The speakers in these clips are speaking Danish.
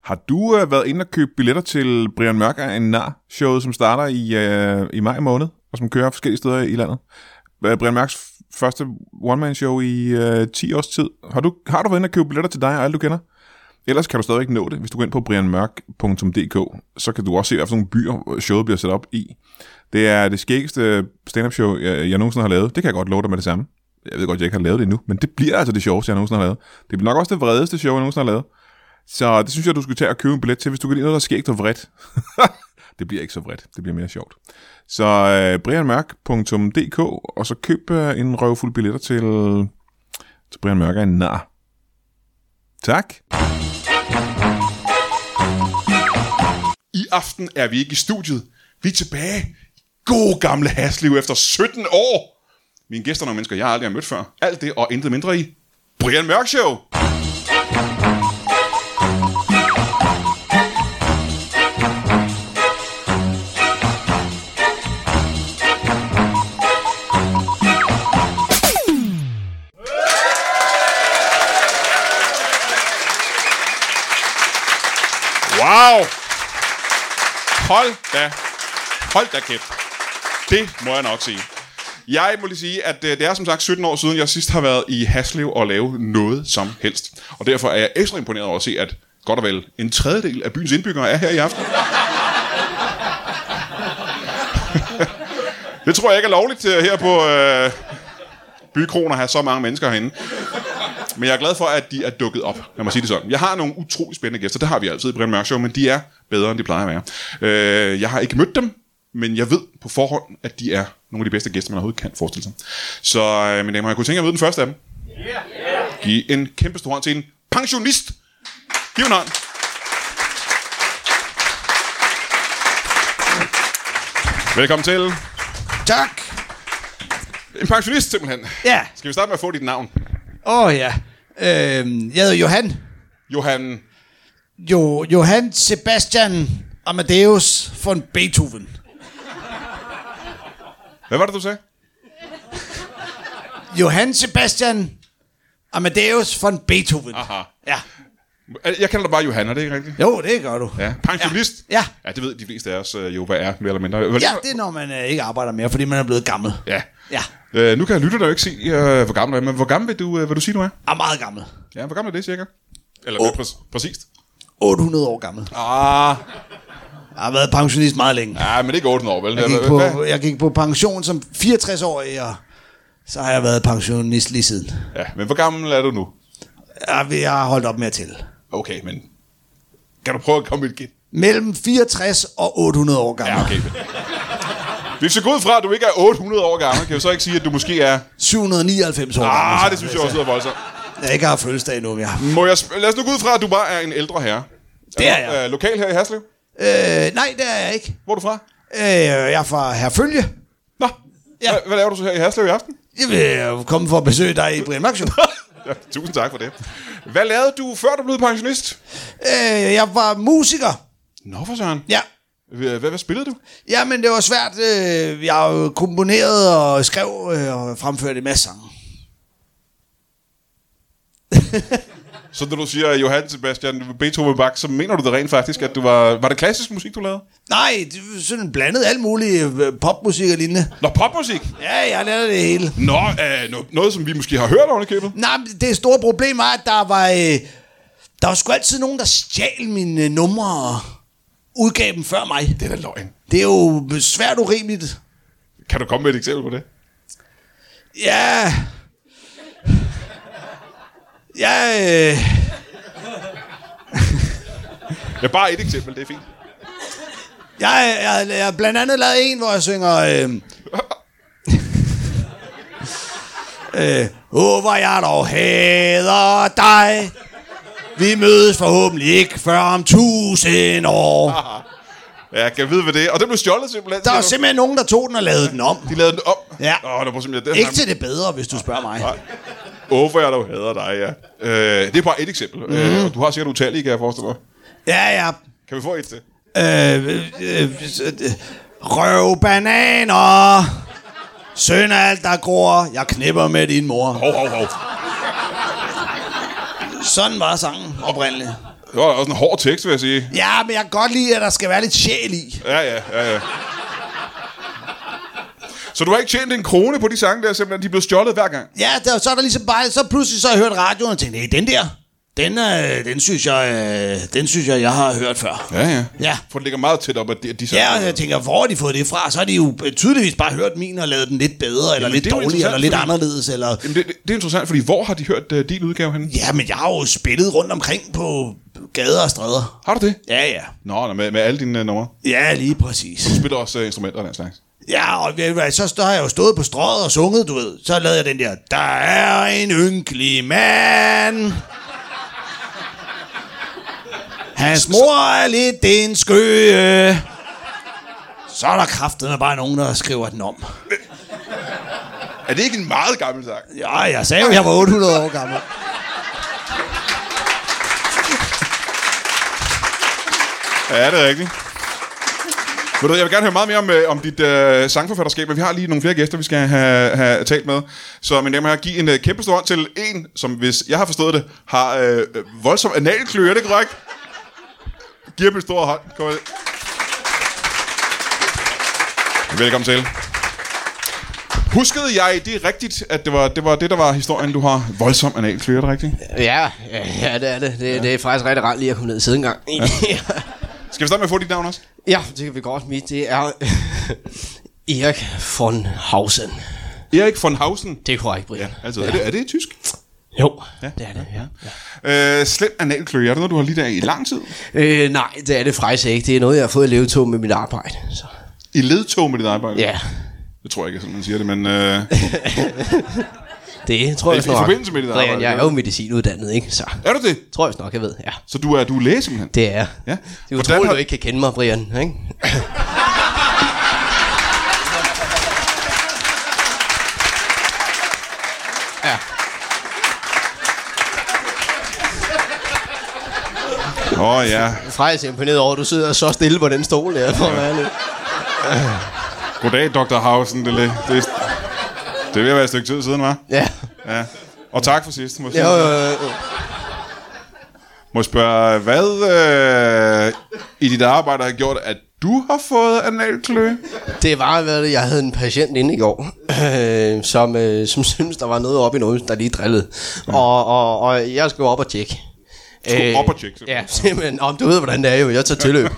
Har du været inde og købe billetter til Brian Mørk er en nar-showet, som starter i maj måned, og som kører forskellige steder i landet? Brian Mørks første one-man-show i 10 års tid. Har du været inde og købe billetter til dig og alle, du kender? Ellers kan du stadigvæk nå det. Hvis du går ind på brianmørk.dk, så kan du også se, hvad for nogle byer showet bliver sat op i. Det er det skæggeste stand-up show, jeg nogensinde har lavet. Det kan jeg godt love dig med det samme. Jeg ved godt, jeg ikke har lavet det endnu, men det bliver altså det sjoveste, jeg nogensinde har lavet. Det bliver nok også det vredeste show, jeg nogensinde har lavet. Så det synes jeg, du skulle tage og købe en billet til, hvis du kan lide noget, der er skægt og vredt. Det bliver ikke så vredt. Det bliver mere sjovt. Så brianmørk.dk, og så køb en røvfuld billetter til Brian Mørk er en nar. Tak. I aften er vi ikke i studiet. Vi er tilbage. God gamle Haslev efter 17 år. Mine gæster er nogle mennesker, jeg aldrig har mødt før. Alt det og intet mindre i Brian Mørk Show. Wow! Hold da kæft. Det må jeg nok sige. Jeg må lige sige, at det er som sagt 17 år siden, jeg sidst har været i Haslev og lavet noget som helst. Og derfor er jeg ekstra imponeret over at se, at godt og vel en tredjedel af byens indbyggere er her i aften. Det tror jeg ikke er lovligt her på Bykronen at have så mange mennesker herinde. Men jeg er glad for, at de er dukket op. Lad mig sige det sådan. Jeg har nogle utrolig spændende gæster. Det har vi altid i Brian Mørk Show, men de er bedre, end de plejer at være. Jeg har ikke mødt dem, men jeg ved på forhånd, at de er nogle af de bedste gæster, man overhovedet kan forestille sig. Så mine damer, jeg kunne tænke at møde den første af dem. Giv en kæmpe stor hånd til en pensionist. Giv en hånd. Velkommen til. Tak. En pensionist simpelthen. Ja. Skal vi starte med at få dit navn? Ja. Jeg hedder Johan. Johan Sebastian Amadeus von Beethoven. Hvad var det, du sagde? Johan Sebastian Amadeus von Beethoven. Aha. Ja. Jeg kalder dig bare Johan, er det ikke rigtigt? Jo, det gør du. Ja. Pensionist? Ja. Ja, det ved de fleste af os jo, hvad er, mere eller mindre. Ja, det er, når man ikke arbejder mere, fordi man er blevet gammel. Ja. Ja. Nu kan jeg lytte dig jo ikke se, hvor gammel du er, men hvor gammel vil du sige, du er? Jeg er meget gammel. Ja, hvor gammel er det cirka? Eller mere præcist? 800 år gammel. Jeg har været pensionist meget længe. Ja, men ikke 800 år, vel? Jeg gik på pension som 64-årig, og så har jeg været pensionist lige siden. Ja, men hvor gammel er du nu? Jeg har holdt op med at tælle. Okay, men kan du prøve at komme et gæt? Mellem 64 og 800 år gammel. Ja, okay. Hvis vi går ud fra, at du ikke er 800 år gammel, kan jeg så ikke sige, at du måske er 799 år gammel. Det synes jeg også er voldsomt. Jeg ikke har fødselsdag endnu mere. Lad os nu gå ud fra, at du bare er en ældre herre. Det er jeg. Lokal her i Haslev? Nej, det er jeg ikke. Hvor er du fra? Jeg er fra Herfølge. Nå, ja. Hvad laver du så her i Haslev i aften? Jeg vil komme for at besøge dig i Brian Mørk Show. Ja, tusind tak for det. Hvad lavede du, før du blev pensionist? Jeg var musiker. Nå, for søren. Ja. Hvad spillede du? Jamen, det var svært. Jeg har jo komponeret og skrev og fremført en masse sange. Så når du siger Johan Sebastian Beethoven Bach, så mener du det rent faktisk, at du var det klassisk musik, du lavede? Nej, det var sådan blandet alt muligt popmusik og lignende. Nå, popmusik? Ja, jeg lavede det hele. Nå, noget som vi måske har hørt oven i købet? Nej, det store problem var, at der var sgu altid nogen, der stjal mine numre og udgav dem før mig. Det er da løgn. Det er jo svært urimeligt. Kan du komme med et eksempel på det? Ja... Ja, bare et eksempel, det er fint. Jeg har blandt andet lavet en, hvor jeg synger... hvor jeg dog hader dig. Vi mødes forhåbentlig ikke før om 1000 år. Ja, jeg kan vide, hvad det er. Og det blev stjålet simpelthen. Der var simpelthen nogen, der tog den og lavede den om. De lavede den om? Ja. Det var simpelthen ikke til det bedre, hvis du spørger mig. Nej. Hvor jeg dog hader dig, ja. Det er bare et eksempel. Du har sikkert utallige, kan jeg forestille mig. Ja. Kan vi få et til? Røvbananer. Søn af alt, der gror. Jeg knipper med din mor. Hov. Sådan var sangen oprindeligt. Det var også en hård tekst, vil jeg sige. Ja, men jeg kan godt lide, at der skal være lidt sjæl i. Ja. Så du har ikke tjent en krone på de sange der, simpelthen? De er blevet stjålet hver gang? Ja, så er der ligesom bare... Så pludselig så har jeg hørt radioen og tænkt, hey, den der... Den synes jeg har hørt før. Ja. For det ligger meget tæt op, at de sange... Ja, og jeg tænker, hvor har de fået det fra? Så har de jo tydeligvis bare hørt min og lavet den lidt bedre, eller lidt dårligere, eller lidt anderledes. Eller... Jamen, det er interessant, fordi hvor har de hørt din udgave henne? Ja, men jeg har jo spillet rundt omkring på gader og stræder. Har du det? Ja. Nå, med alle dine numre? Ja, lige præcis. Du spiller også instrumenter og den slags? Ja, og så har jeg jo stået på strøget og sunget, du ved. Så lavede jeg den der, der er en ynkelig mand. Hans mor er lidt en skøge. Så er der kraftedeme bare nogen, der skriver den om. Er det ikke en meget gammel sang? Ja, jeg sagde jo, jeg var 800 år gammel. Ja, det er rigtigt. Jeg vil gerne høre meget mere om dit sangforfatterskab, men vi har lige nogle flere gæster, vi skal have talt med. Så men jeg må give en kæmpe stor hånd til en, som hvis jeg har forstået det, har voldsom analkløe. Er det korrekt? Giv en stor hånd. Kom med. Velkommen til. Huskede jeg det rigtigt, at det var det, der var historien? Du har voldsom analkløe, er det rigtigt? Ja, det er det. Det er faktisk rigtig rart lige at komme ned og sidde en gang. Ja. Skal vi starte med at få dit navn også? Ja, det kan vi godt. Det er Erik von Hausen. Erik von Hausen? Det er korrekt, Brian. Ja, altså. Er det tysk? Jo, ja. Det er det, ja. Slem analkløe, er det noget, du har lidt af i lang tid? Nej, det er det faktisk ikke. Det er noget, jeg har fået i ledtog med mit arbejde. Så. I ledtog med dit arbejde? Ja. Det tror jeg ikke, sådan man siger det, men... Det tror jeg nok. I forbindelse med dit arbejde? Brian, jeg er jo medicinuddannet, ikke? Så. Er du det? Tror jeg nok, jeg ved, ja. Så du er læge simpelthen? Det er. Ja. Det er utroligt, du ikke kan kende mig, Brian, ikke? Ja. Ja. Faktisk imponeret over, at du sidder så stille på den stol der. For Goddag, Dr. Hausen. Det er ved at være et stykke tid siden, hva'? Ja. Og tak for sidst. Jo. Må jeg spørge, hvad i dit arbejde har gjort, at du har fået analkløe? Det var, jeg havde en patient inde i går, som syntes, der var noget oppe i noget, der lige drillede. Ja. Og jeg skal op og tjekke. Op og tjekke? Ja, simpelthen. Du ved, hvordan det er jo. Jeg tager tilløb.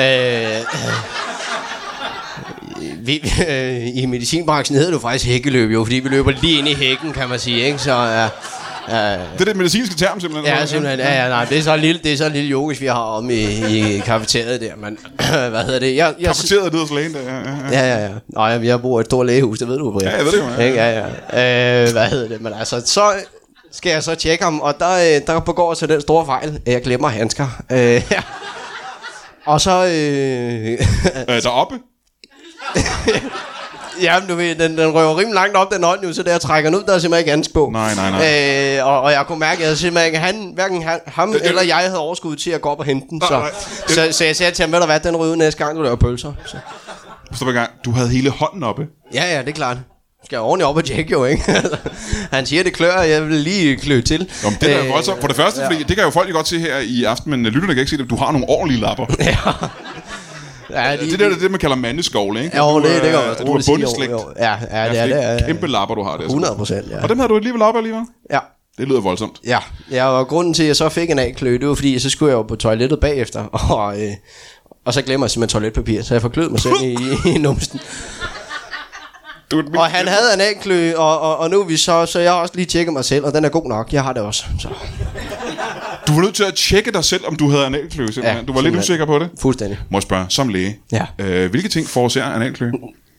I medicinbranchen hedder det faktisk hækkeløb, jo, fordi vi løber lige ind i hækken, kan man sige, ikke? Så det er det medicinske term, simpelthen? Ja, simpelthen. Nej, det er så en lille yoghurt, vi har om i kafeteriet der, men hvad hedder det? Kafeteriet lyder så lægen der, ja. Nej, jeg bor i et stort lægehus, det ved du, Brian. Ja, jeg ved det jo. Ja. Hvad hedder det? Men altså, så skal jeg så tjekke ham, og der begår så den store fejl, at jeg glemmer handsker. Og så... Deroppe? Jamen, du ved, den røver rimelig langt op, den hånd jo, så da jeg trækker den ud, der er simpelthen ikke handsk på. Nej. Og jeg kunne mærke, at hverken ham eller jeg havde overskud til at gå op og hente den. Så jeg sagde til ham, ved du hvad, den ryger ud næste gang, du laver pølser. Du havde hele hånden oppe? Ja, det er klart. Skal jeg ordentligt op og tjekke jo, ikke? Han siger, det klør, og jeg vil lige klø til. Jamen, det er voldsomt. For det første, fordi det kan jo folk jo godt se her i aften, men lytterne kan ikke se det, du har nogle ordentlige lapper. Ja. Ja, det er det, man kalder mandeskovle, ikke? Jo, det kan man du er bundeslægt. Ja, det er kæmpe lapper, du har der. 100%, ja. Og dem havde du alligevel op alligevel? Ja. Det lyder voldsomt. Ja, og grunden til, at jeg så fik en A-kløe, det var fordi, så skulle jeg jo på toilettet bagefter, og så glemmer jeg simpelthen toiletpapir, så jeg forklød mig selv i numsen. Og han havde en A-kløe, og nu er vi så jeg har også lige tjekket mig selv, og den er god nok. Jeg har det også. Så. Du var nødt til at tjekke dig selv, om du havde analkløe, simpelthen. Ja, du var lidt usikker på det? Fuldstændig. Må jeg spørge, som læge, hvilke ting forårsager analkløe?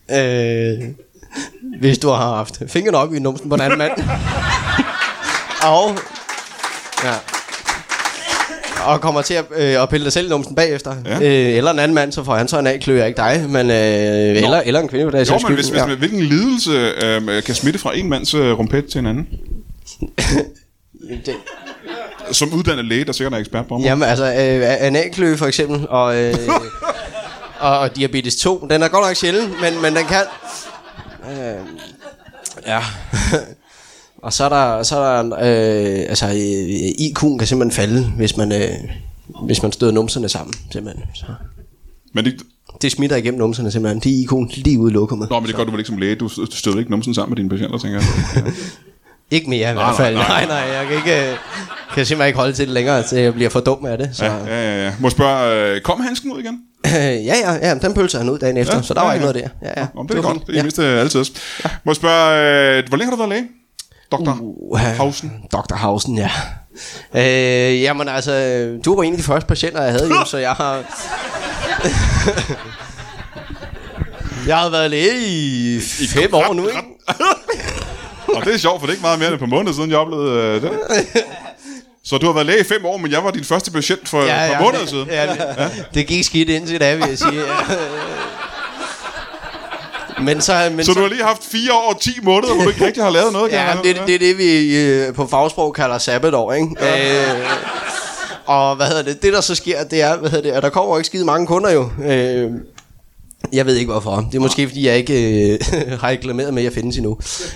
Hvis du har haft fingrene op i numsen på en anden mand. Og kommer til at pille dig selv i numsen bagefter. Eller en anden mand, så får han så en A-kløe, ikke dig, men eller en kvinde, der er jo, men hvis hvilken lidelse kan smitte fra en mands rumpet til en anden? Som uddannet læge, der sikkert er ekspert på mig. Jamen altså, en A-kløe for eksempel, og diabetes 2, den er godt nok sjælden, men den kan... Og så er der IQ'en kan simpelthen falde, hvis hvis man støder numserne sammen, simpelthen. Så. Men Det smitter igennem numserne, simpelthen. De er ikon lige ude i lokummet. Nå, men det gør du vel ikke som læge. Du støder ikke numsen sammen med dine patienter, tænker jeg. Ikke mere i hvert fald. Nej, jeg kan simpelthen ikke holde til det længere, til jeg bliver for dum af det. Så. Ja. Må jeg spørge, kom handsken ud igen? Ja, den pølser han ud dagen efter, så der var ikke noget der. Ja. Det er godt, det er mindste altid også. Må jeg spørge, hvor længe har du været læge? Dr. Hausen? Dr. Hausen, ja. Jamen altså, du var en af de første patienter, jeg havde jo, så jeg har... Jeg har været læge i 5 år nu, ikke? Og det er sjovt, for det er ikke meget mere end et par måneder siden, jeg oplevede det. Så du har været læge i 5 år, men jeg var din første patient for et par måneder siden. Det gik skidt indtil da, vil jeg sige. Så du har lige haft 4 år og 10 måneder, hvor du ikke rigtig har lavet noget? Ja, det er det, vi på fagsprog kalder sabbatår, ikke? Og det der så sker, det er, at der kommer ikke skide mange kunder jo. Jeg ved ikke hvorfor. Det er måske fordi jeg ikke har reklameret med at findes endnu.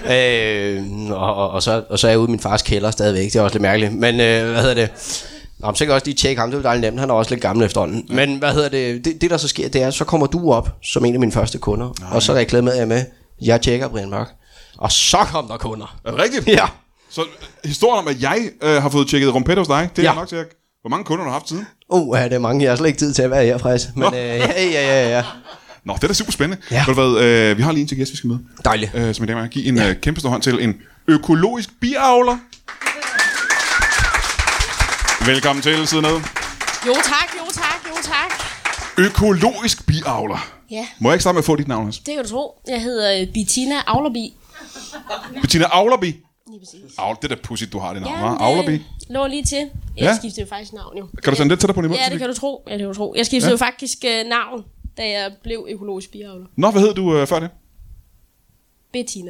Og så er jeg ude i min fars kælder stadigvæk. Det er også lidt mærkeligt. Men så kan jeg også lige tjekke ham. Det er dejligt nemt. Han er også lidt gammel efterhånden. Men det der så sker, det er, så kommer du op som en af mine første kunder. Og så reklamerede jeg med, jeg tjekker Brian Mørk. Og så kom der kunder. Er det rigtigt? Ja. Så historien om, at jeg har fået tjekket rumpet hos dig, det er nok til at... Hvor mange kunder har du haft siden? Det er mange. Jeg har slet ikke tid til at være her, faktisk. Men ja. Nå, det er da super spændende. Ja. Vi har lige en til gæst, vi skal møde. Dejligt. Som i dag vil give en kæmpe stor hånd til en økologisk biavler. Velkommen til, sidde ned. Jo tak. Økologisk biavler. Ja. Må jeg ikke starte med at få dit navn, altså? Det kan du tro. Jeg hedder Bettina Avlerbi. Bettina Avlerbi? Lige præcis. Det er da pudsigt, du har det navn, Ja, hva'? Avlerbi? Lå lige til. Jeg skiftede jo faktisk navn, jo. Kan du sende det til dig på din måde? Ja, det kan du tro. Jeg skiftede jo faktisk navn, da jeg blev økologisk biavler. Nå, hvad hed du før det? Bettina.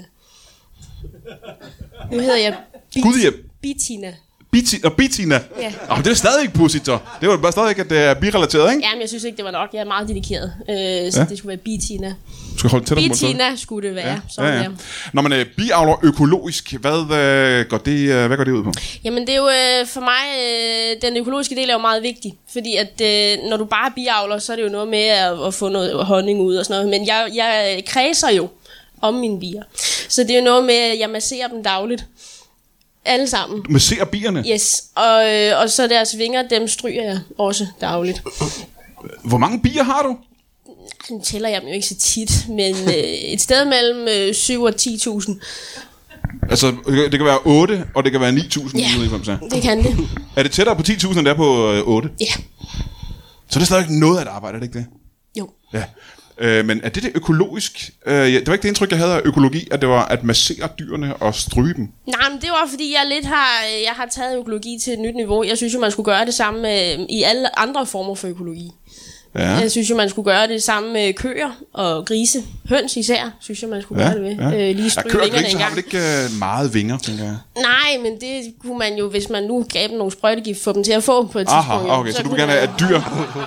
Nu hedder jeg Bettina. Bettina? Ja. Det er stadig ikke pudsigt, så. Det var bare stadig ikke, at det er birelateret, ikke? Jamen, jeg synes ikke, det var nok. Jeg er meget dedikeret. Så det skulle være Bettina. Du skal holde tættere på Bettina skulle det være. Ja. Når man er biavler økologisk, hvad går det ud på? Jamen, det er jo for mig, den økologiske del er jo meget vigtig. Fordi at når du bare biavler, så er det jo noget med at få noget honning ud og sådan noget. Men jeg kredser jo om mine bier. Så det er jo noget med, at jeg masserer dem dagligt. Alle sammen. Du masserer bierne? Yes. Og så deres vinger, dem stryger jeg også dagligt. Hvor mange bier har du? Nu tæller jeg dem jo ikke så tit, men et sted mellem 7 og 10.000. Altså, det kan være 8, og det kan være 9.000. Ja, det kan det. Er det tættere på 10.000, end det er på 8? Ja. Så det er stadig noget af et arbejde, er det ikke det? Jo. Ja. Men er det økologisk? Det var ikke det indtryk, jeg havde af økologi, at det var at massere dyrene og stryge dem. Nej, men det var fordi, jeg har taget økologi til et nyt niveau. Jeg synes jo, man skulle gøre det samme i alle andre former for økologi. Ja. Jeg synes jo, man skulle gøre det samme med køer og grise. Høns især, synes jeg, man skulle gøre det ved. Ja. Lige stryge køer og vingerne grise en gang. har vel ikke meget vinger, tænker jeg? Nej, men det kunne man jo, hvis man nu gav dem nogle sprøjtegift, få dem til at få på et tidspunkt. Okay, så du vil gerne have dyr.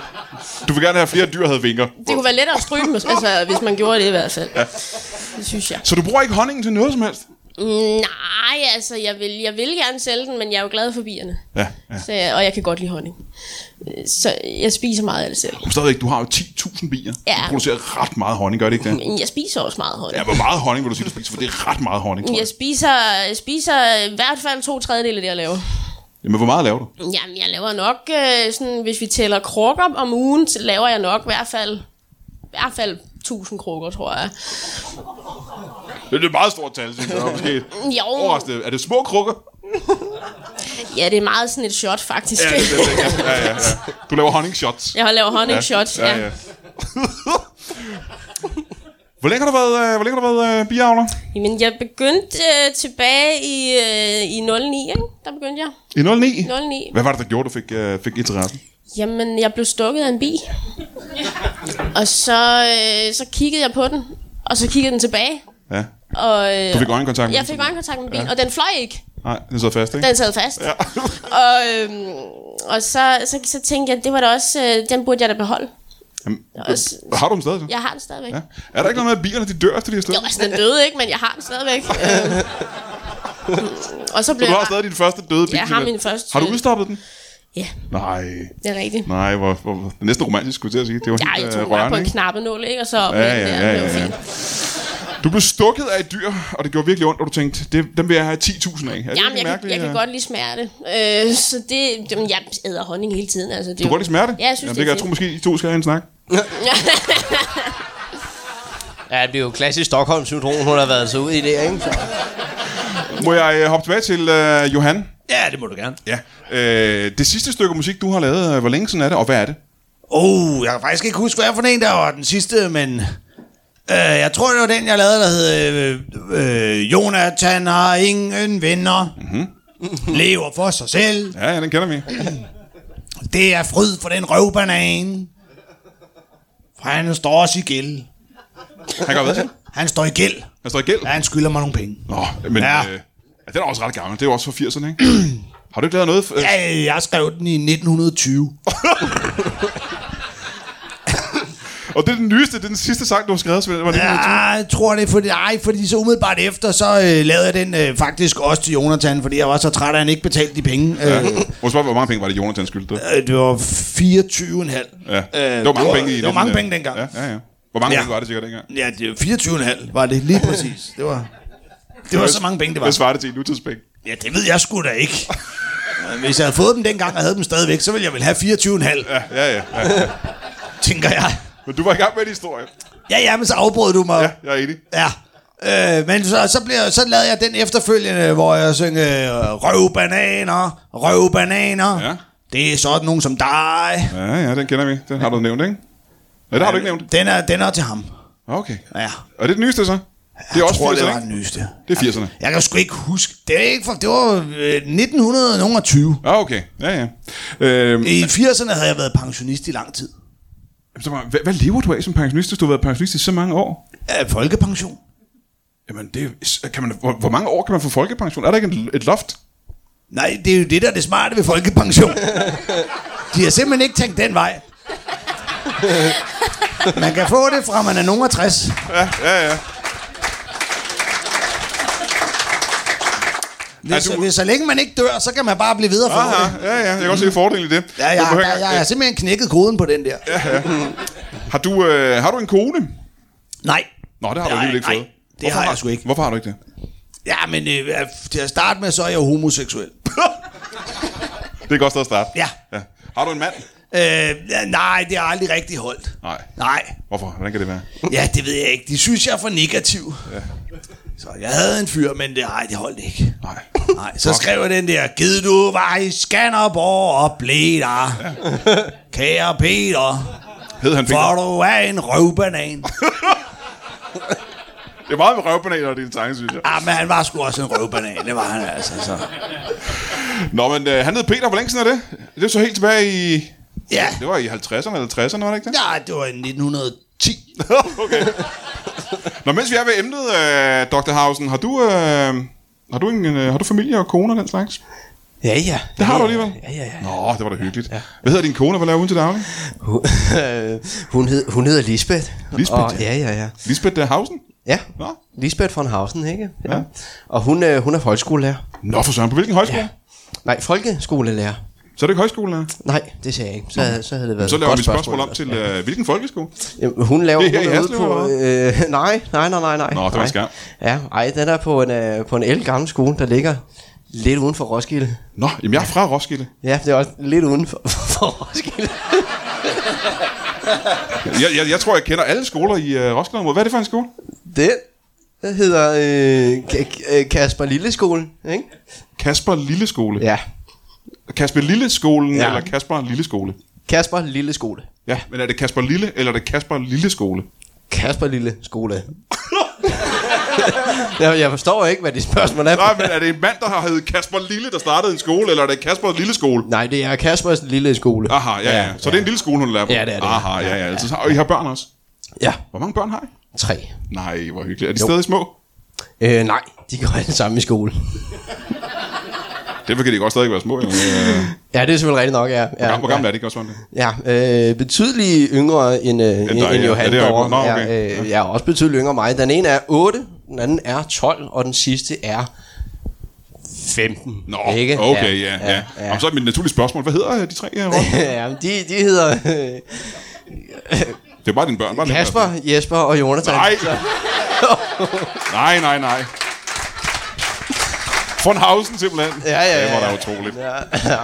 Du vil gerne have, at flere dyr havde vinger. Det kunne være lettere at stryge dem, altså, hvis man gjorde det i hvert fald. Ja. Det synes jeg. Så du bruger ikke honningen til noget som helst? Nej, altså jeg vil gerne sælge den, men jeg er jo glad for bierne. Ja. Og jeg kan godt lide honning. Så jeg spiser meget af det selv. Men stadigvæk, du har jo 10.000 bier. Ja. Du producerer ret meget honning, gør det ikke det? Men jeg spiser også meget honning. Ja, hvor meget honning vil du sige, du spiser? For det er ret meget honning, tror jeg. Jeg spiser i hvert fald 2/3 af det, jeg laver. Jamen, hvor meget laver du? Jamen, jeg laver nok, sådan, hvis vi tæller krukker om ugen, så laver jeg nok i hvert fald 1000 krukker, tror jeg. Det er et meget stort tal, synes jeg. Måske. Jo. Overraskende. Er det små krukker? Ja, det er meget sådan et shot, faktisk. Ja. Du laver honningshots. Jeg laver honningshots, ja. Hvor længe har du været biavler? Jamen, jeg begyndte tilbage i 09, ikke? Der begyndte jeg. I 09? 09. Hvad var det, der gjorde, du fik interessen? Jamen, jeg blev stukket af en bi. Og så kiggede jeg på den, og så kiggede den tilbage. Ja. Og, du fik øjenkontakt med Jeg fik øjenkontakt med bilen, og den fløj ikke. Nej, den sad fast, ikke? Den sad fast. Ja. Og så tænkte jeg, at det var da også, den burde jeg da beholde. Jamen, har du dem stadig så? Jeg har den stadigvæk. Ja. Er der ikke noget med, at bierne de dør efter de har slået? Jo, altså den døde ikke, men jeg har den stadigvæk. Og så du har stadig din første døde bil? Jeg har min første. Har du udstoppet den? Ja, Nej. det er rigtigt. Nej, hvor det er næsten romantisk, skulle jeg til at sige. Det var Ja, helt jeg tog bare på en ikke? knappenål, ikke? Og så op Ja. det var fint. Du blev stukket af et dyr, og det gjorde virkelig ondt, og du tænkte, dem vil jeg have 10.000 af. Jamen, jeg kan godt lide smerte. Så jeg æder honning hele tiden. Altså, det Du kan godt lide smerte? Ja, jeg synes, det kan jeg tro, måske I to skal have en snak. Ja, det er jo klassisk Stockholm-syndrom, hun har været så ud i det, ikke? Så. Må jeg hoppe tilbage til Johan? Ja, det må du gerne. Ja. Det sidste stykke musik, du har lavet, hvor længe siden er det, og hvad er det? Jeg kan faktisk ikke huske, hvad for en der var den sidste, men... jeg tror, det var den, jeg lavede, der hed... Jonathan har ingen venner. Lever for sig selv. Ja, den kender vi. Det er fryd for den røvbanan. For han står også i gæld. Han gør hvad til? Han står i gæld. Han står i gæld? Ja, han skylder mig nogle penge. Nå, men Ja. den er også ret gammel. Det er jo også fra 80'erne, ikke? Har du ikke lavet noget? Ja, jeg skrev den i 1920. Og det er den nyeste, det er den sidste sang, du har skrevet. Så var det Ja, jeg tror det, fordi så umiddelbart efter, så lavede jeg den faktisk også til Jonathan, fordi jeg var så træt, at han ikke betalte de penge. Hvor mange penge var det, Jonathan skyldte? Det var 24,5. Ja. Det var mange penge i det var mange penge dengang. Ja. Hvor mange Ja. penge var det sikkert dengang? Ja, det var 24,5 var det lige præcis. Det var så mange penge, det Hvad var. svarer det til i nutidspenge? Ja, det ved jeg sgu da ikke. Hvis jeg havde fået dem dengang og havde dem stadigvæk, så ville jeg vel have 24,5, Ja. tænker jeg. Men du var i gang med en historie. Ja, men så afbrød du mig. Ja, jeg er enig. Ja. Men så lavede jeg den efterfølgende, hvor jeg synger røvbananer. Ja. Det er sådan nogen som dig. Ja, den kender vi. Den har du nævnt, ikke? Nej, det har du ikke nævnt. Den er til ham. Okay. Ja. Og det er den nyeste så? Det er også 80'erne, det var ikke? den nyeste. Det er 80'erne. Jeg kan sgu ikke huske. Det var 1920. Ja, okay. Ja. I 80'erne havde jeg været pensionist i lang tid. Hvad lever du af som pensionist, hvis du har været pensionist i så mange år? Folkepension. Jamen, hvor mange år kan man få folkepension? Er der ikke et loft? Nej, det er jo det, der er det smarte ved folkepension. De har simpelthen ikke tænkt den vej. Man kan få det fra, man er nogen af 60. Ja. Så længe man ikke dør, så kan man bare blive videre for det. Ja. Jeg kan også se fordelen i det. Ja, jeg har simpelthen knækket koden på den der. Har du en kone? Nej. Nå, det har du alligevel ikke fået. Det har jeg sgu ikke. Hvorfor har du ikke det? Ja, men til at starte med, så er jeg jo homoseksuel. Det er godt sted at starte. Ja. Har du en mand? Nej, det har aldrig rigtig holdt. Nej. Hvorfor? Hvordan kan det være? Ja, det ved jeg ikke. De synes, jeg er for negativ. Ja. Så jeg havde en fyr, men det holdt ikke. Nej. Så skrev jeg den der: Gid du var i Skanderborg og blev der. Kære Peter. Hed han Peter? For du er en røvbanan. Det er meget med røvbananer og dine tanker, synes jeg. Ja, men han var sgu også en røvbanan. Det var han altså. Så. Nå, men han hed Peter. Hvor længe siden er det? Det er så helt tilbage i... Ja. Det var i 50'erne eller 60'erne, var det ikke det? Ja, det var i 1910. Okay. Nå, mens vi er ved emnet, Dr. Hausen, har du familie og kone og den slags? Ja. Det har du alligevel? Ja. Nå, det var da hyggeligt. Ja. Hvad hedder din kone, og hvad laver hun til daglig? Hun hedder Lisbeth. Lisbeth? Og, ja. Lisbeth Hausen? Ja, Nå. Lisbeth von Hausen, ikke? Ja. Og hun er folkeskolelærer. Nå, for søren, på hvilken højskole? Ja. Nej, folkeskolelærer. Så er det ikke højskolelærer? Nej, det sagde jeg ikke. Så havde det været så laver vi spørgsmål om til, hvilken folkeskole? Jamen, hun laver... Det er her i Haslev, nej. Nå, det var skam. Ja, den er på en ældre gammel skole, der ligger lidt uden for Roskilde. Nå, jamen jeg er fra Roskilde. Ja, det er også lidt uden for Roskilde. Jeg tror, jeg kender alle skoler i Roskilde. Hvad er det for en skole? Den hedder Kasper Lilleskole, ikke? Kasper Lilleskole? Ja. Kasper Lilleskolen eller Kasper Lilleskole? Kasper Lilleskole. Ja, men er det Kasper Lille, eller er det Kasper Lilleskole? Kasper Lilleskole. Jeg forstår ikke, hvad de spørgsmål er. Nej, men er det en mand, der har heddet Kasper Lille, der startede en skole, eller er det Kasper Lilleskole? Nej, det er Kaspers Lilleskole. Aha, ja. Så det er en lille skole, hun lærer på? Ja, det er det. Aha, ja. Altså, og I har børn også? Ja. Hvor mange børn har I? 3. Nej, hvor hyggeligt. Er de stadig små? Nej, de går alle sammen i skole. Derfor kan de godt stadig være små. Ja, det er selvfølgelig rigtigt nok, ja. Hvor gammel er de, ikke også? Ja, betydeligt yngre end Johan derovre. Jeg er også betydeligt yngre end mig. Den ene er 8, den anden er 12, og den sidste er 15. Nå, ikke? okay, ja. Og så er mit naturlige spørgsmål, hvad hedder de 3 roller? Ja, de hedder Det er bare dine børn. Bare Kasper, Jesper og Jonathan. Nej. Von Hausen simpelthen. Ja. Det var da utroligt. Ja.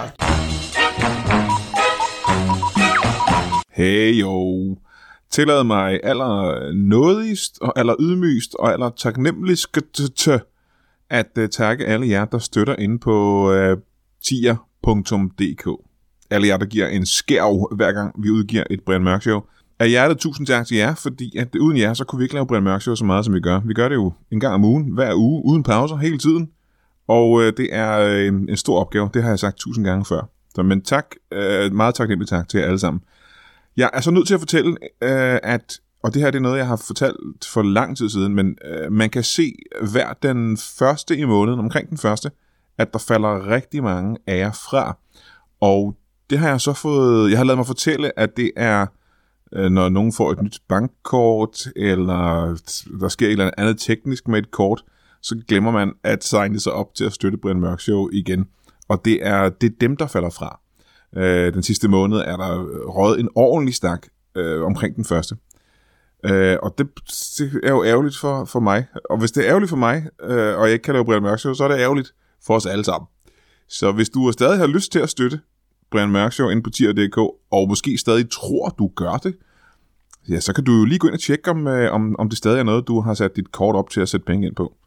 Hey jo. Tillad mig aller nådigst og aller ydmygst og aller taknemmeligst at takke alle jer, der støtter inde på tier.dk. Alle jer, der giver en skærv hver gang vi udgiver et Brian Mørk Show. Af hjertet tusind tak til jer, fordi at uden jer, så kunne vi ikke lave Brian Mørk Show så meget, som vi gør. Vi gør det jo en gang om ugen, hver uge, uden pauser, hele tiden. Og det er en stor opgave, det har jeg sagt 1000 gange før. Så, men tak, meget taknemmelig tak til jer alle sammen. Jeg er så nødt til at fortælle, at, og det her det er noget, jeg har fortalt for lang tid siden, men man kan se hver den første i måneden, omkring den første, at der falder rigtig mange af jer fra. Og det har jeg så fået, jeg har ladet mig fortælle, at det er, når nogen får et nyt bankkort, eller der sker et eller andet teknisk med et kort, så glemmer man at signe sig op til at støtte Brian Mørk Show igen. Og det er dem, der falder fra. Den sidste måned er der røget en ordentlig stak omkring den første. Og det er jo ærgerligt for mig. Og hvis det er ærgerligt for mig, og jeg ikke kan lave Brian Mørk Show, så er det ærgerligt for os alle sammen. Så hvis du stadig har lyst til at støtte Brian Mørk Show inde på tier.dk, og måske stadig tror, du gør det, ja, så kan du jo lige gå ind og tjekke, om det stadig er noget, du har sat dit kort op til at sætte penge ind på.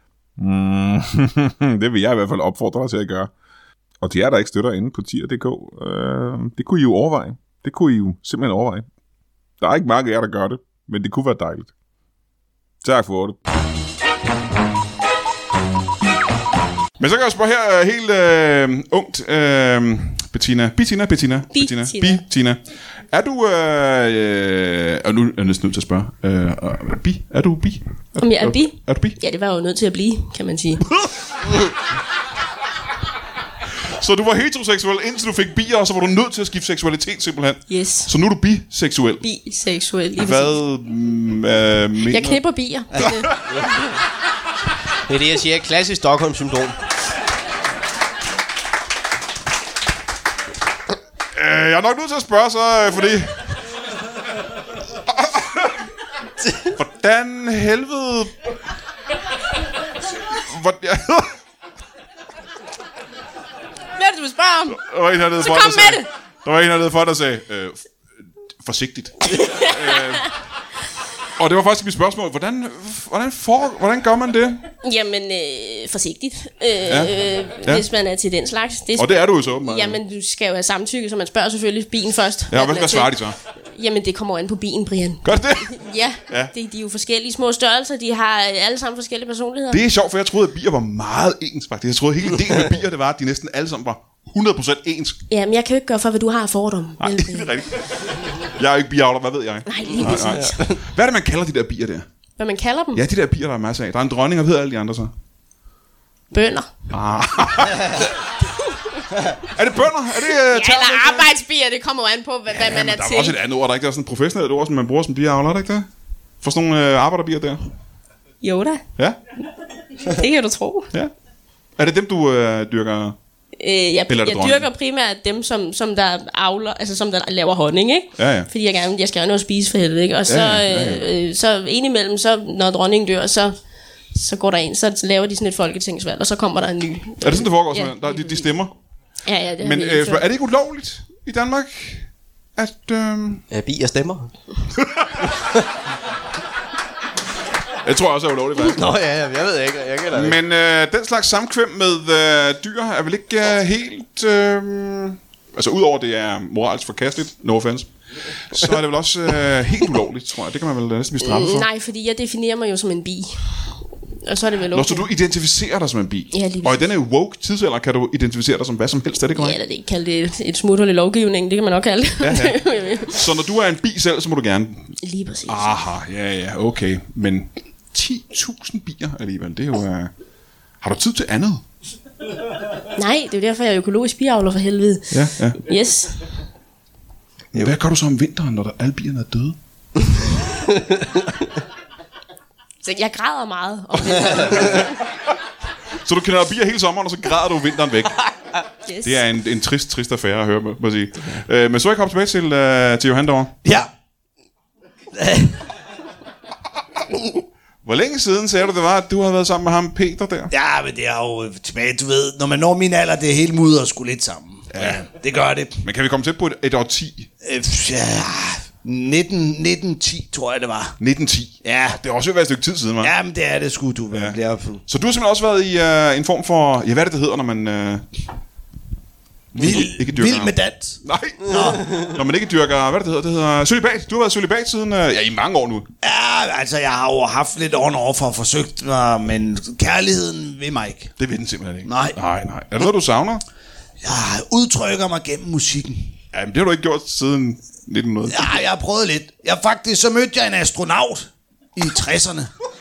Det vil jeg i hvert fald opfordre dig til at gøre. Og til jer, der ikke støtter inde på tier.dk, det kunne I jo overveje. Det kunne I jo simpelthen overveje. Der er ikke mange af jer, der gør det, men det kunne være dejligt. Tak for det. Men så kan jeg spørge her helt ungt, Bettina. Er du, og nu er jeg næsten nødt til at spørge, er du bi? Om jeg er bi? Er du bi? Ja, det var jo nødt til at blive, kan man sige. Så du var heteroseksuel, indtil du fik bier, og så var du nødt til at skifte seksualitet simpelthen? Yes. Så nu er du biseksuel? Biseksuel, lige hvad mener? Jeg knipper bier. Det er det, jeg siger. Klassisk Stockholm-syndrom. Jeg er nok nødt til at spørge så, fordi... Hvordan helvede... Hvad er det, du spørger om? Der var en hernede så for, kom med det! Der var en hernede for, der sagde... forsigtigt. Og det var faktisk mit spørgsmål. Hvordan gør man det? Jamen, forsigtigt. Hvis man er til den slags. Og det er du jo så åbenbart. Jamen, du skal jo have samtykke, så man spørger selvfølgelig bilen først. Ja, hvad svarer de så? Jamen, det kommer an på bilen, Brian. Gør det? Ja. De er jo forskellige små størrelser. De har alle sammen forskellige personligheder. Det er sjovt, for jeg troede, at bier var meget ens, faktisk. Jeg troede, hele ideen med bier, det var, at de næsten alle sammen var 100% ens. Jamen, jeg kan jo ikke gøre for, hvad du har fordomme. Nej, det er rigtigt. Jeg er jo ikke biavler, hvad ved jeg? Nej, lige præcis. Hvad er det, man kalder de der bier der? Hvad man kalder dem? Ja, de der bier, der er masser af. Der er en dronning, og ved alle de andre så? Bønder. Er det bønder? Er det eller arbejdsbier, det kommer jo an på, hvad man er til. Der er også et andet ord, der ikke er sådan et professionelt ord, som man bruger som biavler, er det ikke det? For sådan nogle arbejderbier der. Jo da. Ja. Det kan du tro. Ja. Er det dem, du dyrker? Jeg dyrker primært dem, som der avler, altså som der laver honning, ikke? Ja. Fordi jeg skal jo nå at spise for helvede, ikke? Og så indimellem, så når dronningen dør, så går der ind, så laver de sådan et folketingsvalg, og så kommer der en ny. Er det sådan, det foregår? Ja. De stemmer? Ja, det men er det ikke ulovligt i Danmark, at... bier stemmer? Jeg tror også, det er ulovligt, faktisk. Nå ja, jeg ved ikke. Jeg kan ikke. Men den slags samkvem med dyr er vel ikke helt... altså, udover det er moralsk forkasteligt, no offense, så er det vel også helt ulovligt, tror jeg. Det kan man vel næsten blive straffet for. Nej, fordi jeg definerer mig jo som en bi. Og så er det vel okay. Nå, så du identificerer dig som en bi? Ja, lige. Og i denne woke tidsalder kan du identificere dig som hvad som helst, er det korrekt? Ja, eller det kalde det et smuthul i lovgivningen, det kan man nok kalde det. Ja. Så når du er en bi selv, så må du gerne... Lige præcis. Aha, ja, okay. Men 10.000 bier alligevel, det er jo... Har du tid til andet? Nej, det er jo derfor, jeg er økologisk biavler for helvede. Ja. Yes. Hvad gør du så om vinteren, når alle bierne er døde? Så jeg græder meget om det. Så du kender bier hele sommeren, og så græder du vinteren væk. Yes. Det er en trist affære at høre, må jeg sige. Men så jeg komme tilbage til Johan derovre. Ja. Hvor længe siden sagde du, det var, at du havde været sammen med ham, Peter, der? Ja, men det er jo tilbage, du ved, når man når min alder, det er helt mudder sgu lidt sammen. Ja, det gør det. Men kan vi komme til på et årti? Ja, 1910, tror jeg, det var. 1910? Ja. Det er også været et stykke tid siden, hva'? Ja, men det er det sgu, du. Ja. Så du har simpelthen også været i en form for... Ja, hvad er det hedder, når man... ikke dyrker... Vild med dans. Nej. Når man ikke dyrker... Hvad er det hedder? Det hedder cølibat. Du har været cølibat siden... i mange år nu. Ja, altså, jeg har jo haft lidt on-off og forsøgt mig, men kærligheden vil mig ikke. Det vil den simpelthen ikke. Nej. Er det noget, du savner? Jeg udtrykker mig gennem musikken. Ja, men det har du ikke gjort siden 1900. Ja, jeg har prøvet lidt. Så mødte jeg en astronaut i 60'erne.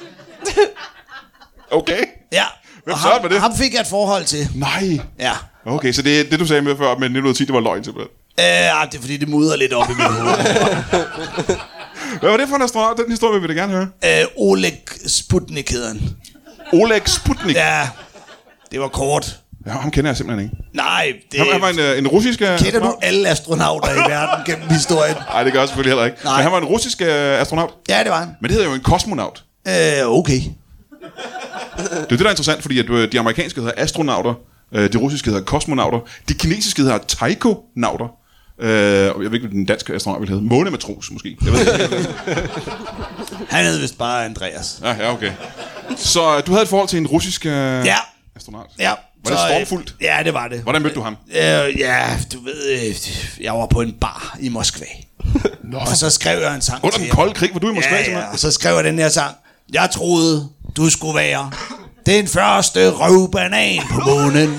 Okay. Ja. Hvem Og så med det? ham fik jeg et forhold til. Nej. Ja. Okay, så det du sagde med før, men 1910, det var løgn simpelthen. Ja, det er fordi, det mudrer lidt op i mit hoved. Hvad var det for en astronaut? Den historie vil vi da gerne høre. Oleg Sputnik hedder han. Oleg Sputnik? Ja, det var kort. Ja, ham kender jeg simpelthen ikke. Nej, det... Han var en russisk... Kender du alle astronauter i verden gennem historien? Nej, det gør jeg selvfølgelig heller ikke. Nej. Men han var en russisk astronaut. Ja, det var han. Men det hedder jo en kosmonaut. Okay. Det er det, der er interessant, fordi at de amerikanske hedder astronauter, de russiske hedder kosmonauter, de kinesiske hedder taikonauter. Og jeg ved ikke, hvad den danske astronaut vil hedde. Månematros, måske. Jeg ved ikke. Han hed vist bare Andreas. Ja, okay. Så du havde et forhold til en russisk astronaut? Ja. Var det stormfuldt? Ja, det var det. Hvordan mødte du ham? Ja, du ved, jeg var på en bar i Moskva. Og så skrev jeg en sang Under den kolde krig, var du i Moskva? Ja, og så skrev jeg den her sang. Jeg troede, du skulle være den første røvbanan på månen.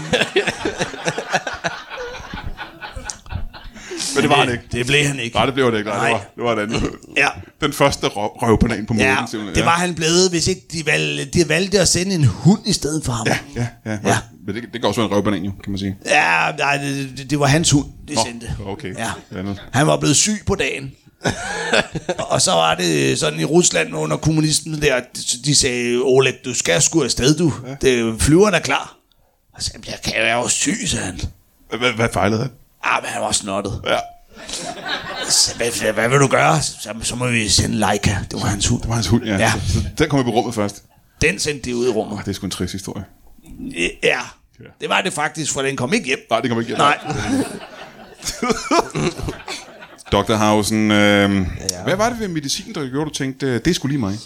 Men det var han ikke. Det blev han ikke. Nej, det blev han ikke. Nej. Det var den. Ja. Den første røvbanan på månen. Ja, det var han blevet, hvis ikke de valgte at sende en hund i stedet for ham. Ja. Men det kan også være en røvbanan, jo, kan man sige. Ja, nej, det var hans hund, de sendte. Okay. Ja. Han var blevet syg på dagen. Og så var det sådan i Rusland under kommunismen der, de sagde, Oleg, du skal sgu afsted, du. Ja. Flyveren er klar. Og så sagde jeg er jo syg, sagde han. Hvad fejlede han? Men han var snottet. Ja. Så, hvad vil du gøre? Så må vi sende Leica. Det var hans hund. Det var hans hund, ja. Så den kom i på rummet først. Den sendte de ud i rummet. Det er sgu en trist historie. Ja, det var det faktisk, for den kom ikke hjem. Nej, det kom ikke hjem. Nej. Dr. Hausen, hvad var det ved medicin, der gjorde, du tænkte, det er sgu lige mig?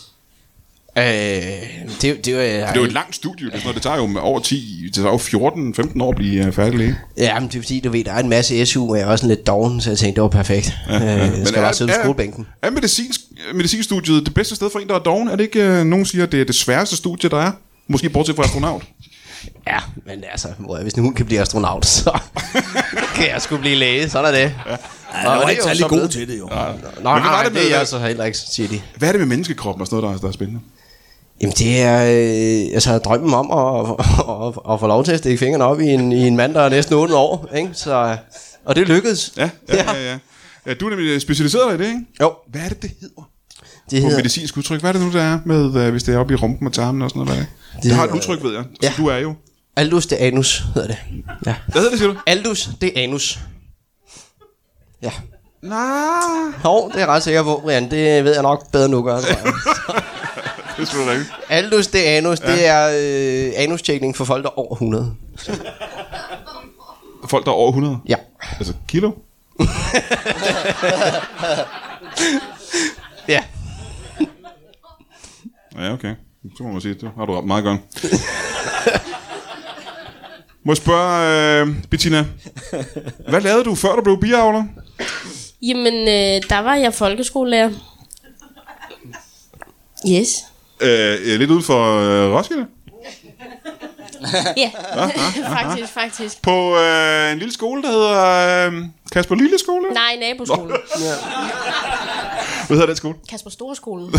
Det er jo et langt studie, det tager jo over 10, det tager jo 14-15 år at blive færdig læge. Ja, men det er fordi, du ved, der er en masse SU, og jeg er også lidt doven, så jeg tænkte, det var perfekt. Jeg skal bare sidde på skolebænken. Er medicinstudiet det bedste sted for en, der er doven? Er det ikke, nogen siger, at det er det sværeste studie, der er? Måske bortset fra astronaut? Ja, men altså, hvis en hund kan blive astronaut, så kan jeg sgu blive læge, sådan er det. Ja, jeg var ikke særlig god til det, jo. Nej, det er jeg så heller ikke, siger de. Hvad er det med menneskekroppen og sådan noget, der er spændende? Jamen det er altså drømmen om at få lov til at stikke fingrene op i en mand, der er næsten 8 år, ikke? Så, og det lykkedes. Ja. Du er nemlig specialiseret i det, ikke? Jo. Hvad er det hedder? Det hedder medicinsk udtryk. Hvad er det nu, der er med, hvis det er oppe i rumpen og tarmen og sådan noget? Det har et udtryk, ved jeg. Ja. Du er jo. Aldus de anus hedder det. Ja. Hvad hedder det, siger du? Aldus de anus. Ja. Nej. Det er ret sikker på, Brian. Det ved jeg nok bedre nu gøre. Det skulle du da ikke. Aldus de anus, det er anustjekning for folk, der er over 100. Folk, der er over 100? Ja. Altså kilo? Ja. Ja, okay. Så må man sige, det har du meget gang. Må jeg spørge, Bettina, hvad lavede du, før du blev biavler? Jamen, der var jeg folkeskolelærer. Yes. Lidt ude for Roskilde? Ja, faktisk. På en lille skole, der hedder Kasper Lille Skole? Nej, naboskolen. Ja. Hvad hedder den skole? Kasper Store Skolen.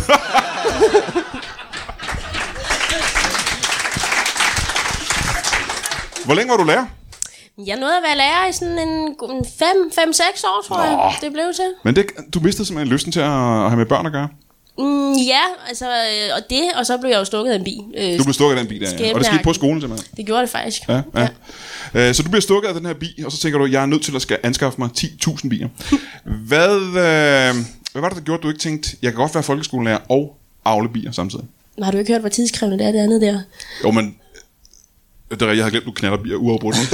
Hvor længe var du lærer? Jeg nåede at være lærer i sådan en 5-6 år, tror jeg, det blev til. Men du mistede simpelthen lysten til at have med børn at gøre? Ja, altså, og så blev jeg jo stukket af en bil. Du blev stukket af den bil, ja. Og det skete på skolen simpelthen? Det gjorde det faktisk. Ja. Så du bliver stukket af den her bil, og så tænker du, jeg er nødt til at anskaffe mig 10.000 biler. Hvad var det, der gjorde, at du ikke tænkte, jeg kan godt være folkeskolelærer og avle bier samtidig? Har du ikke hørt, hvor tidskrævende det andet der? Jo, men jeg har glemt, du knaller bier uafbrudt nu.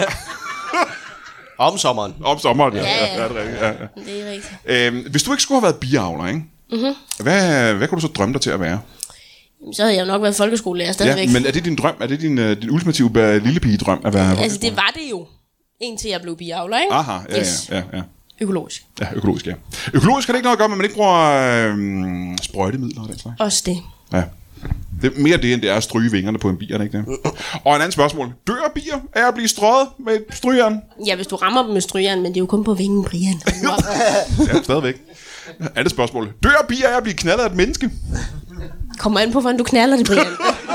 Om sommeren. Om sommeren, ja. Ja. Det er rigtigt. Ja. Det er rigtigt. Hvis du ikke skulle have været biavler, ikke? Mm-hmm. Hvad kunne du så drømme dig til at være? Så havde jeg jo nok været folkeskolelærer stadigvæk. Ja, men er det din drøm? Er det din ultimative lille pige-drøm at være? Altså, det var det jo. Indtil jeg blev biavler, ikke? Aha, ja, yes. ja. Økologisk. Ja, økologisk, ja. Økologisk har det ikke noget at gøre med, at man ikke bruger sprøjtemidler og den slags. Også det. Ja. Det er mere det, end det er at stryge vingerne på en bi, er det ikke det? Og en anden spørgsmål. Dør bier af at blive strøget med strygeren? Ja, hvis du rammer dem med strygeren, men det er jo kun på vingen, Brian. Ja, stadigvæk. Andet spørgsmål. Dør bier af at blive knaldet af et menneske? Kommer an på, hvordan du knaller det, Brian.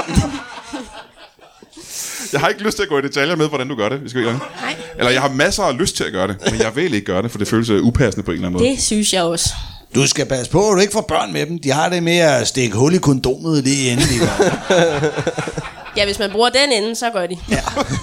Jeg har ikke lyst til at gå i detaljer med, hvordan du gør det. Vi skal gøre det. Nej. Eller jeg har masser af lyst til at gøre det, men jeg vil ikke gøre det, for det føles upassende på en eller anden måde. Det synes jeg også. Du skal passe på, at du ikke får børn med dem. De har det med at stikke hul i kondomet lige inden de gør. Ja, hvis man bruger den ende, så gør de. Ja.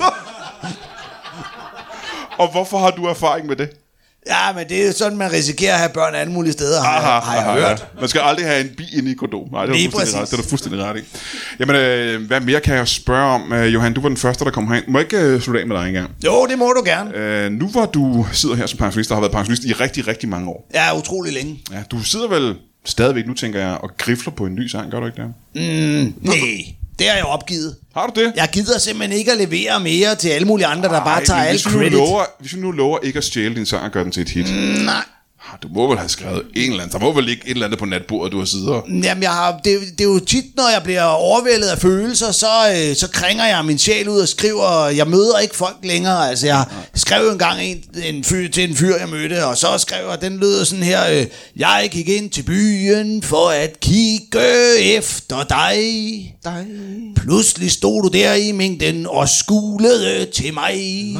Og hvorfor har du erfaring med det? Ja, men det er sådan, man risikerer at have børn alle mulige steder, har jeg hørt. Ja. Man skal aldrig have en bi inde i kondom. Nej, det er du fuldstændig ret i. Jamen, hvad mere kan jeg spørge om? Johan, du var den første, der kom herind. Må jeg ikke slutte af med dig engang? Jo, det må du gerne. Nu hvor du sidder her som pensionist, der har været pensionist i rigtig, rigtig mange år. Ja, utrolig længe. Ja, du sidder vel stadigvæk, nu tænker jeg, og grifler på en ny sang, gør du ikke det? Nej, det har jeg opgivet. Har du det? Jeg gider simpelthen ikke at levere mere til alle mulige andre, der bare tager alt credit. Hvis vi nu lover ikke at stjæle din sang og gøre den til et hit. Nej. Du må vel have skrevet en eller anden. Der må vel ligge et eller andet på natbordet, du har siddet og... Jamen, det er jo tit, når jeg bliver overvældet af følelser, så kringer jeg min sjæl ud og skriver, jeg møder ikke folk længere. Altså, jeg skrev engang til en fyr, jeg mødte, og så skrev jeg, den lyder sådan her, jeg gik ind til byen for at kigge efter dig. Pludselig stod du der i mængden og skulede til mig.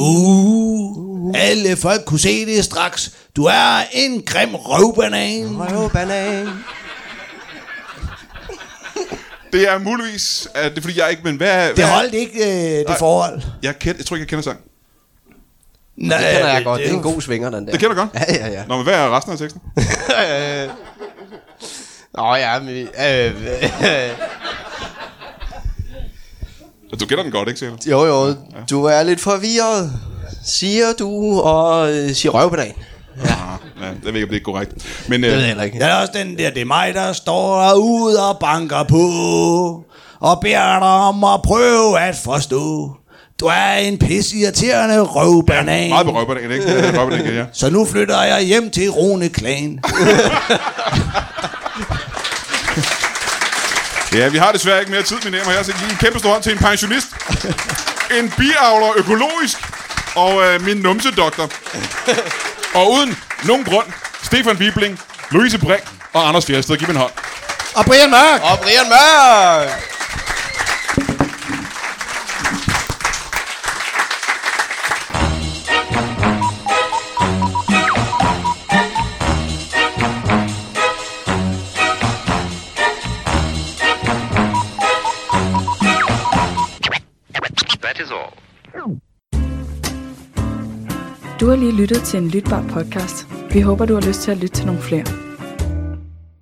Alle folk kunne se det straks. Du er en grim røvbanan. Det er muligvis, det er fordi jeg ikke, men hvad... Det holdt ikke, det forhold. Jeg tror ikke, jeg kender sang. Nej, det kender jeg godt. Det er en god svinger, den der. Det kender du godt? Ja. Nå, men hvad er resten af teksten? Men... Du kender den godt, ikke, sikkert? Jo, du er lidt forvirret, siger du, og siger røvbanan. Ja, jeg ved ikke, om det er korrekt. Men, det ved jeg heller ikke. Der er også den der, det er mig, der står derude og banker på, og beder dig om at prøve at forstå. Du er en pissirriterende røvbanan. Ja, meget på røvbanan, ikke? Røvbanan, ja. Så nu flytter jeg hjem til Rune Klan. Ja, vi har desværre ikke mere tid, mine damer og herrer, så give en kæmpe stor hånd til en pensionist, en biavler økologisk, og min numsedoktor. Og uden nogen grund, Stefan Wibling, Louise Brink og Anders Fjeldsted. Giv mig en hånd. Og Brian Mørk. That is all. Du har lige lyttet til en lytbar podcast. Vi håber, du har lyst til at lytte til nogle flere.